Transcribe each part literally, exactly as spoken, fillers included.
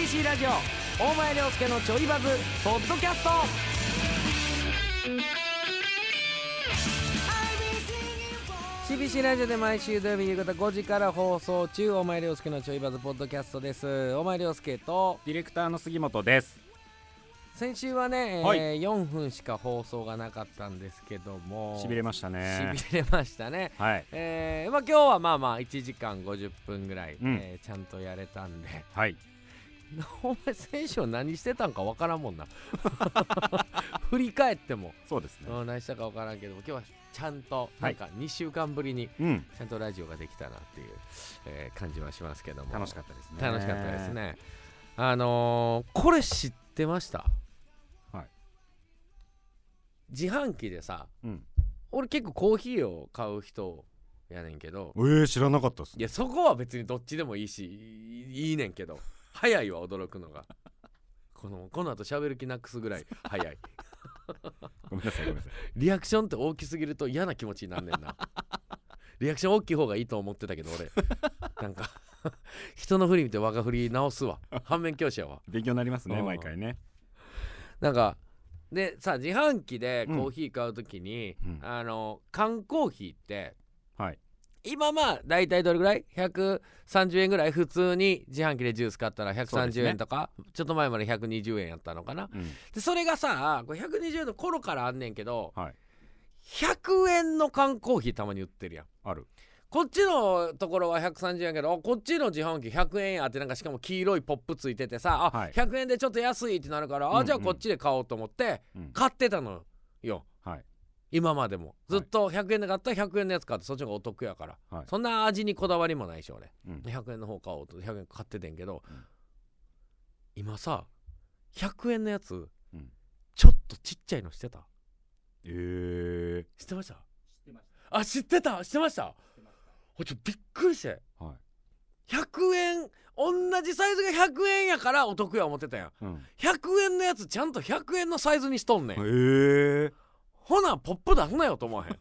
ーシー ラジオ大前涼介のちょいバズポッドキャスト。 シービーシー ラジオで毎週土曜日夕方ごじから放送中、大前涼介のちょいバズポッドキャストです。大前涼介とディレクターの杉本です。 先週はね、 はいえー、よんぷんしか放送がなかったんですけども、 しびれましたね。 しびれましたね。 はい、 えーまあ、今日はまあまあいちじかんごじゅっぷんぐらい、 うんえーちゃんとやれたんで、 はい、 お前選手は何してたんかわからんもんな振り返ってもそうですね、 うん、何したかわからんけども、今日はちゃんとなんかにしゅうかんぶりにうん、 ちゃんとラジオができたなっていう、えー感じはしますけども、 楽しかったですね。 楽しかったですね。あのー、これ知ってました？ はい、 自販機でさ、 うん、 俺結構コーヒーを買う人やねんけど、 えー、知らなかったっすね。 いやそこは別にどっちでもいいしいいねんけど、早いわ驚くのがこのこの後喋る気なくすぐらい早いごめんなさいごめんなさい。 リアクションって大きすぎると嫌な気持ちになんねんなリアクション大きい方がいいと思ってたけど俺なんか人の振り見て我が振り直すわ、反面教師やわ。 勉強になりますね、 うん、 毎回ね。 なんかでさ、自販機でコーヒー買うときに、 うん、 あの缶コーヒーってはい今まあだいたいどれぐらいひゃくさんじゅうえんぐらい、普通に自販機でジュース買ったらひゃくさんじゅうえんとか、ね、ちょっと前までひゃくにじゅうえんやったのかな、 うん、 でそれがさこれひゃくにじゅうえんの頃からあんねんけど、 はい、 ひゃくえんの缶コーヒーたまに売ってるやん。 ある。 こっちのところはひゃくさんじゅうえんやけど、こっちの自販機ひゃくえんやって、なんかしかも黄色いポップついててさ、あ、 はい、 ひゃくえんでちょっと安いってなるから、 うんうん、 あじゃあこっちで買おうと思って買ってたのよ、 はい、 今までもずっとひゃくえんで買ったらひゃくえんのやつ買って、そっちの方がお得やから、はい、そんな味にこだわりもないし俺、うん、ひゃくえんの方買おうとひゃくえん買っててんけど、うん、今さひゃくえんのやつ、うん、ちょっとちっちゃいのしてた？ えー、 知ってました？知ってました。あ、知ってた？知ってました？ちょっとびっくりして、はい、ひゃくえん同じサイズがひゃくえんやからお得や思ってたやん、うん、ひゃくえんのやつちゃんとひゃくえんのサイズにしとんねん。へー、 ほなポップ出すなよと思わへんひ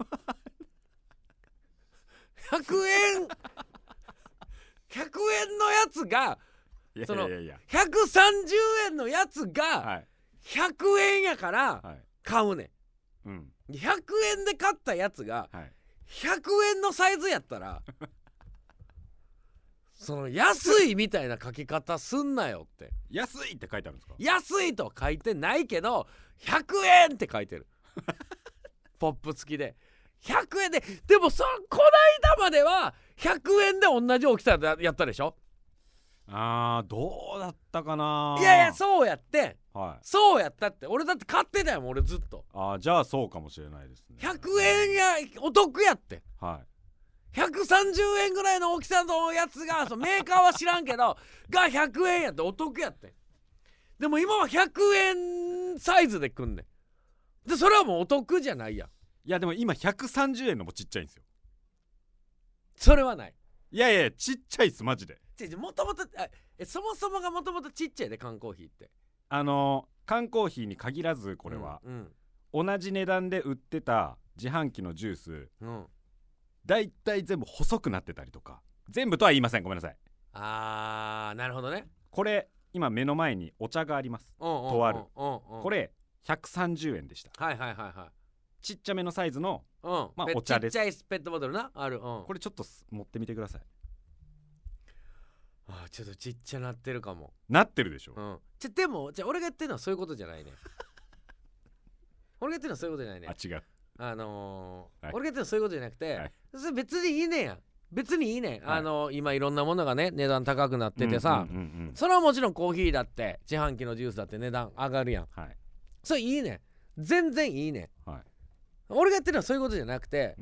ゃくえんひゃくえんのやつがいやいやいや、そのひゃくさんじゅうえんのやつがひゃくえんやから買うねん、はい、うん、ひゃくえんで買ったやつが、はい、ひゃくえんのサイズやったらその安いみたいな書き方すんなよって。 安いって書いてあるんですか？安いとは書いてないけどひゃくえんって書いてるポップ付きでひゃくえんで、でもそこないだまではひゃくえんで同じ大きさやったでしょ。 あー、どうだったかな。 いやいやそうやって、はい、そうやったって。俺だって買ってたよ俺ずっと。 あー、じゃあそうかもしれないですね。 ひゃくえんやお得やって、 はい、 ひゃくさんじゅうえんぐらいの大きさのやつがそのメーカーは知らんけどがひゃくえんやってお得やって。でも今はひゃくえんサイズでくんねん。でそれはもうお得じゃないやん。 いやでも今ひゃくさんじゅうえんのもちっちゃいんですよ。 それはない。 いやいやちっちゃいっすマジで。 もともとそもそもがもともとちっちゃいで缶コーヒーって。 あのー、缶コーヒーに限らずこれは、うんうん、同じ値段で売ってた自販機のジュース、うん、だいたい全部細くなってたりとか、全部とは言いません、ごめんなさい。 あー、なるほどね。これ今目の前にお茶があります。とあるこれひゃくさんじゅうえんでした。 はいはいはいはい。 ちっちゃめのサイズの、 うん、 まあ、お茶です。 ちっちゃいペットボトルなある、うん、 これちょっと持ってみてください。 あ、ちょっとちっちゃなってるかも。 なってるでしょ、 うん、ちょでもじゃ俺が言ってるのはそういうことじゃないね俺が言ってるのはそういうことじゃないね。 あ、違う。 あのーはい、俺が言ってるのはそういうことじゃなくて、はい、それ別にいいねんや。別にいいねん、はい、あのー、今いろんなものがね値段高くなっててさ、うんうんうんうん、それはもちろんコーヒーだって自販機のジュースだって値段上がるやん、はい、それいいねん、全然いいねん、はい、俺が言ってるのはそういうことじゃなくて、うん、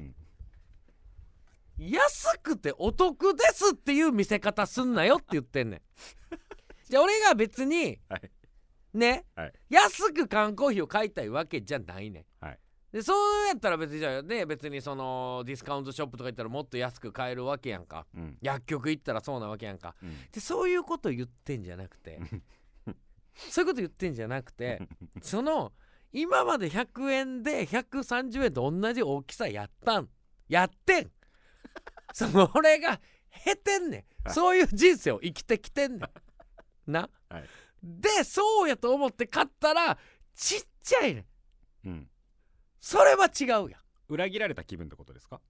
安くてお得ですっていう見せ方すんなよって言ってんねんじゃあ俺が別に、はい、ね、はい、安く缶コーヒーを買いたいわけじゃないねん、はい、でそうやったら別にじゃあね、別にそのディスカウントショップとか行ったらもっと安く買えるわけやんか、うん、薬局行ったらそうなわけやんか、うん、でそういうこと言ってんじゃなくてそういうこと言ってんじゃなくてその今までひゃくえんでひゃくさんじゅうえんと同じ大きさやったんやってんそれが減ってんねん、そういう人生を生きてきてんねんな、 はい、 でそうやと思って買ったらちっちゃいね、 うん、 それは違うやん。 裏切られた気分ってことですか？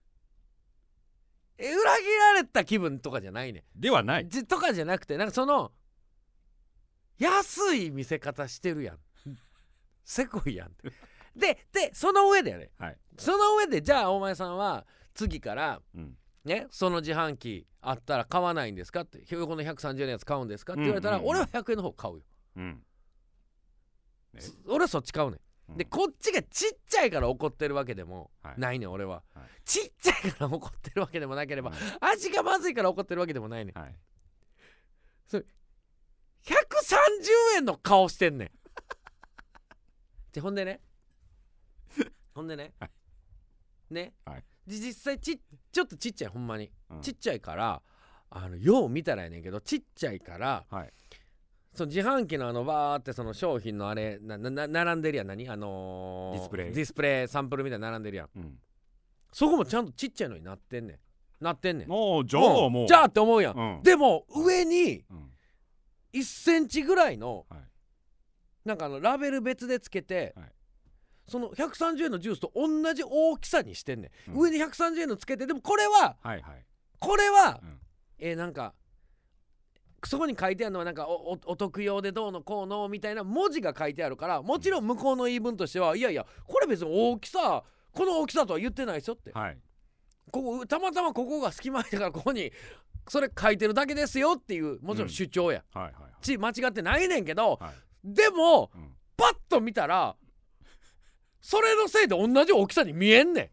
え裏切られた気分とかじゃないね。 ではないとかじゃなくて、なんかその安い見せ方してるやんせこいやんってででその上でやね、はい、その上でじゃあお前さんは次から、うん、ね、その自販機あったら買わないんですかって、このひゃくさんじゅうえんのやつ買うんですかって言われたら、うんうんうん、俺はひゃくえんの方買うよ、うんね、俺はそっち買うねん、うん、でこっちがちっちゃいから怒ってるわけでもないねん、はい、俺は、はい、ちっちゃいから怒ってるわけでもなければ、うん、味がまずいから怒ってるわけでもないねん、はい、それひゃくさんじゅうえんの顔してんねんでほんでねほんでね、はい、ね、はい、実際ちちょっとちっちゃい、ほんまに、うん、ちっちゃいからあのよう見たらやねんけど、ちっちゃいから、はい、その自販機のあのバーってその商品のあれなな並んでるやん、何あのー、 ディスプレイディスプレイサンプルみたいな並んでるやん、うん、そこもちゃんとちっちゃいのになってんねんなってんねんおーじゃあもうじゃあって思うやん、うん、でも上にいっセンチぐらいの、はい、なんかあのラベル別でつけて、はい、そのひゃくさんじゅうえんのジュースと同じ大きさにしてんねん、うん、上にひゃくさんじゅうえんのつけて、でもこれは、はいはい、これは、うん、えー、なんかそこに書いてあるのはなんか お, お, お得用でどうのこうのみたいな文字が書いてあるから、もちろん向こうの言い分としては、いやいやこれ別に大きさこの大きさとは言ってないですよって、はい、ここたまたまここが隙間だからここにそれ書いてるだけですよっていうもちろん主張や、うん、はいはいはい、ち間違ってないねんけど、はい、でも、うん、パッと見たらそれのせいで同じ大きさに見えんねん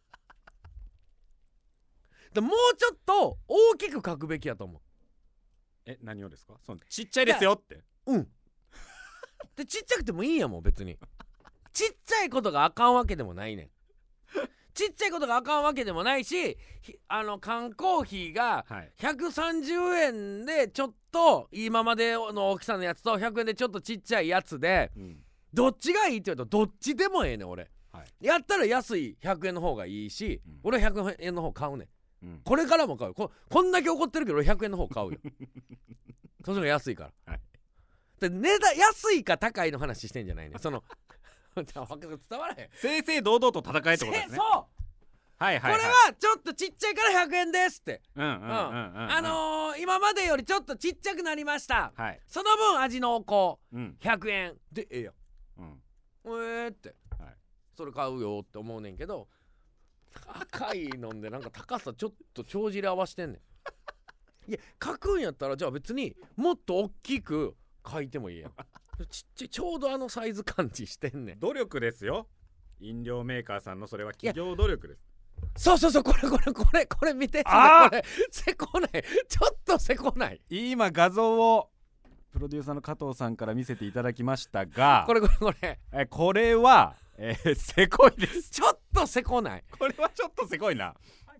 でもうちょっと大きく書くべきやと思う。 え何をですか？そのちっちゃいですよって。 うんでちっちゃくてもいいんやもん別にちっちゃいことがあかんわけでもないねんちっちゃいことがあかんわけでもないし、あの缶コーヒーがひゃくさんじゅうえんでちょっと今までの大きさのやつとひゃくえんでちょっとちっちゃいやつで、うん、どっちがいいって言うとどっちでもええねん俺、はい、やったら安いひゃくえんの方がいいし、うん、俺はひゃくえんの方買うねん、うん、これからも買う こ, こんだけ怒ってるけど俺ひゃくえんの方買うよそっちの方が安いから、はい、で値段安いか高いの話してんじゃないねその伝わらへん、 正々堂々と戦えってことですね。 そうはいはいはい、これはちょっとちっちゃいからひゃくえんですってあのー、今までよりちょっとちっちゃくなりました、はい、その分味濃厚、うん、ひゃくえんでええやん、うん、えーって、はい、それ買うよって思うねんけど、赤いのんでなんか高さちょっと帳尻合わしてんねんいや書くんやったらじゃあ別にもっと大きく書いてもいいやんちっちゃいちょうどあのサイズ感じしてんねん。 努力ですよ、飲料メーカーさんのそれは企業努力です。 そうそうそう、これこれこれこれ見て、あこれせこない、ちょっとせこない。 今画像をプロデューサーの加藤さんから見せていただきましたが、 これこれこれえこれは、えー、せこいです。 ちょっとせこない。 これはちょっとせこいな。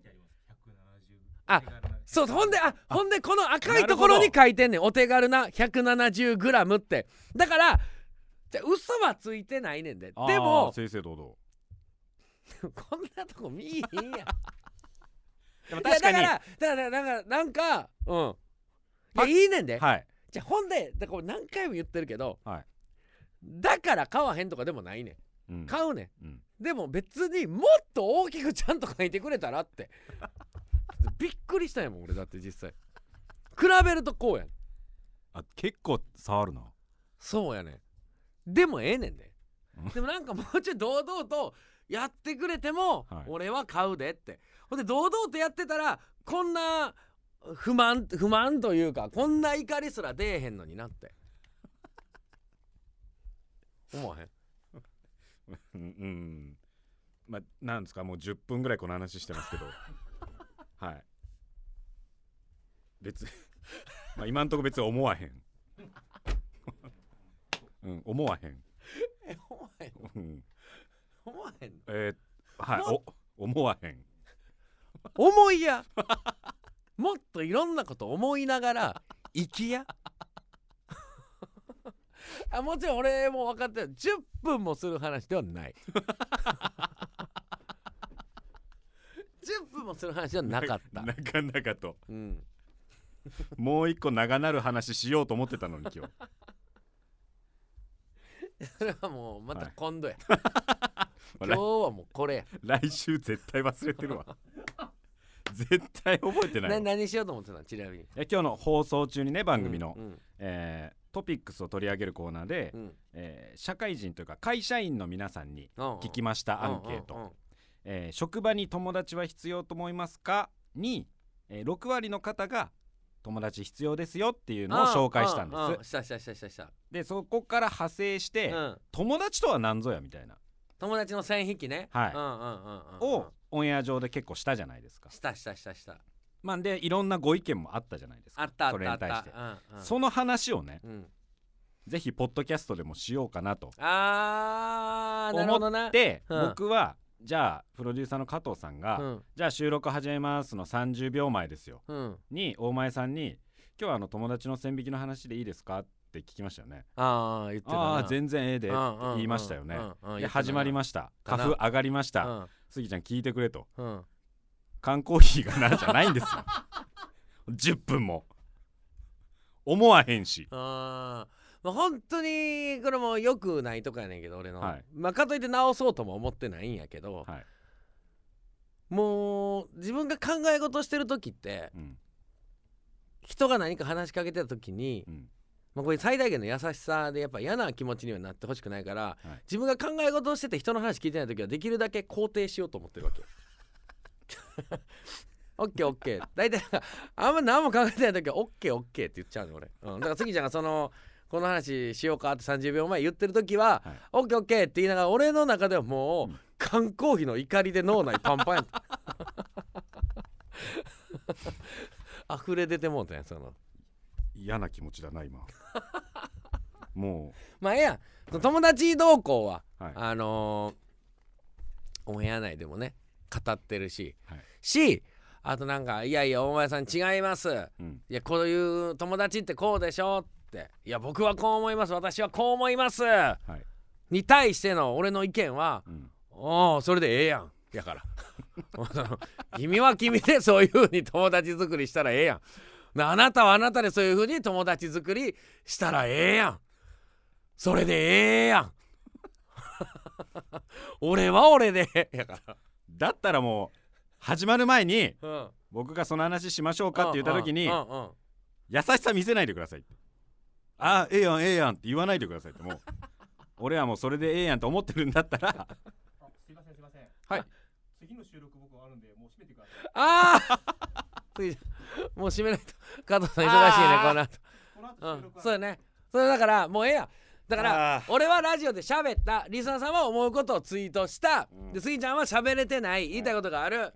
あ、そう、ほんであほんでこの赤いところに書いてんねん、お手軽な ひゃくななじゅうグラム って。だからじゃ嘘はついてないねんで。でも正々堂々 こんなとこ見いひんやんでも確かにいやだからだからだからなんかうんいやいいねんで、はい、じゃあほんでだから何回も言ってるけど、はい、だから買わへんとかでもないねん、うん、買うねん、うん、でも別にもっと大きくちゃんと書いてくれたらってびっくりしたんやもん俺。だって実際比べるとこうやねん。 あ結構差あるな。 そうやねん。でもええねんででもなんかもうちょい堂々とやってくれても俺は買うでって、はい、ほんで堂々とやってたらこんな不満不満というかこんな怒りすら出えへんのになって思わへんうん、まあなんですか、もうじゅっぷんぐらいこの話してますけどはい別まあ今んとこ別に思わへんうん思わへんえ思わへんうん思わへんのえー、はいお思わへん思いやもっといろんなこと思いながら生きやあもちろん俺も分かってる、じゅっぷんもする話ではないじゅっぷんもする話はなかったなかなかと、 うん、 もう一個長なる話しようと思ってたのに今日それはもうまた今度や、はい、今日はもうこれや。 来週絶対忘れてるわ絶対覚えてないわ。 何しようと思ってたのちなみに。 え今日の放送中にね番組の、うんうん、えー、トピックスを取り上げるコーナーで、うん、えー、社会人というか会社員の皆さんに聞きましたアンケート、うんうんうん、えー、職場に友達は必要と思いますかに、えー、ろくわりの方が友達必要ですよっていうのを紹介したんです。 うんうん、したしたしたしたした。 でそこから派生して、うん、友達とは何ぞやみたいな、 友達の線引きね、 はい、うんうんうんうん、をオンエア上で結構したじゃないですか。 したしたしたした。 まあでいろんなご意見もあったじゃないですか。 あったあったあった。 それに対して、 うんうん、 その話をね、 うん、 ぜひポッドキャストでもしようかなとあーなるほどな思って、うん、僕はじゃあプロデューサーの加藤さんが、うん、じゃあ収録始めますのさんじゅうびょうまえですよ、うん、に大前さんに今日はあの友達の線引きの話でいいですかって聞きましたよね。 ああ言ってたな。 あ全然ええでって言いましたよね。で始まりました。花粉上がりました。スギちゃん聞いてくれと、うん、缶コーヒーがなんじゃないんですよじゅっぷんも思わへんし。 あまあ、本当にこれもよくないとかやねんけど俺の、はい、まあかといって直そうとも思ってないんやけど、はい、もう自分が考え事してる時って、うん、人が何か話しかけてた時に、うん、まあ、これ最大限の優しさでやっぱ嫌な気持ちにはなってほしくないから、はい、自分が考え事をしてて人の話聞いてない時はできるだけ肯定しようと思ってるわけオッケーオッケー大体あんま何も考えてない時はオッケーオッケーって言っちゃうの俺、うん、だから杉ちゃんがそのこの話しようかってさんじゅうびょうまえ言ってる時は、はい、オッケーオッケーって言いながら俺の中ではもう、うん、缶コーヒーの怒りで脳内パンパンやった溢れ出てもうたやんその嫌な気持ちだな今もうまあええやん、はい、友達同行は、はい、あのー、オンエア内でもね語ってるし、はい、しあとなんかいやいや大前さん違います、うん、いやこういう友達ってこうでしょっていや僕はこう思います私はこう思います、はい、に対しての俺の意見は、うん、おおそれでええやんやから君は君でそういう風に友達作りしたらええやん、あなたはあなたでそういう風に友達作りしたらええやん、それでええやん俺は俺でやからだったらもう始まる前に、うん、僕がその話しましょうかって言った時に、うんうんうんうん、優しさ見せないでくださいって、ああええやんええやんって言わないでくださいって、もう俺はもうそれでええやんと思ってるんだったらあすいませんすいません、 はい、 次の収録僕あるんでもう閉めてください。 ああもう閉めないと加藤さん忙しいねこの後。 この後収録は、 うん、そうだね、それだからもうええやん、だから俺はラジオで喋った、リスナーさんは思うことをツイートした、うん、でスギちゃんは喋れてない、言いたいことがある、はいはい、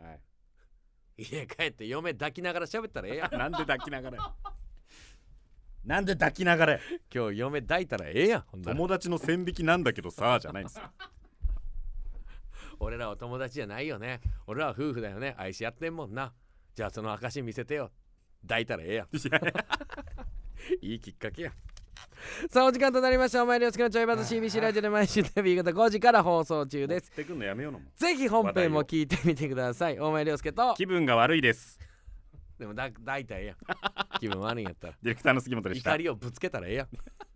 家帰って嫁抱きながら喋ったらええやんなんで抱きながらなんで抱きながら今日嫁抱いたらええやん、 友達の線引きなんだけどさじゃないんですよ俺らは友達じゃないよね、俺らは夫婦だよね、愛し合ってんもんな、じゃあその証見せてよ、抱いたらええやんいいきっかけやん。さあお時間となりました。お前涼介のちょいバズ シービーシー ラジオで毎週土曜日夕方ごじから放送中です。 持ってくんのやめようのもぜひ本編も聞いてみてください。お前涼介と気分が悪いですでもだ大体や気分悪いんやったらディレクターの杉本でした。 怒りをぶつけたらええやん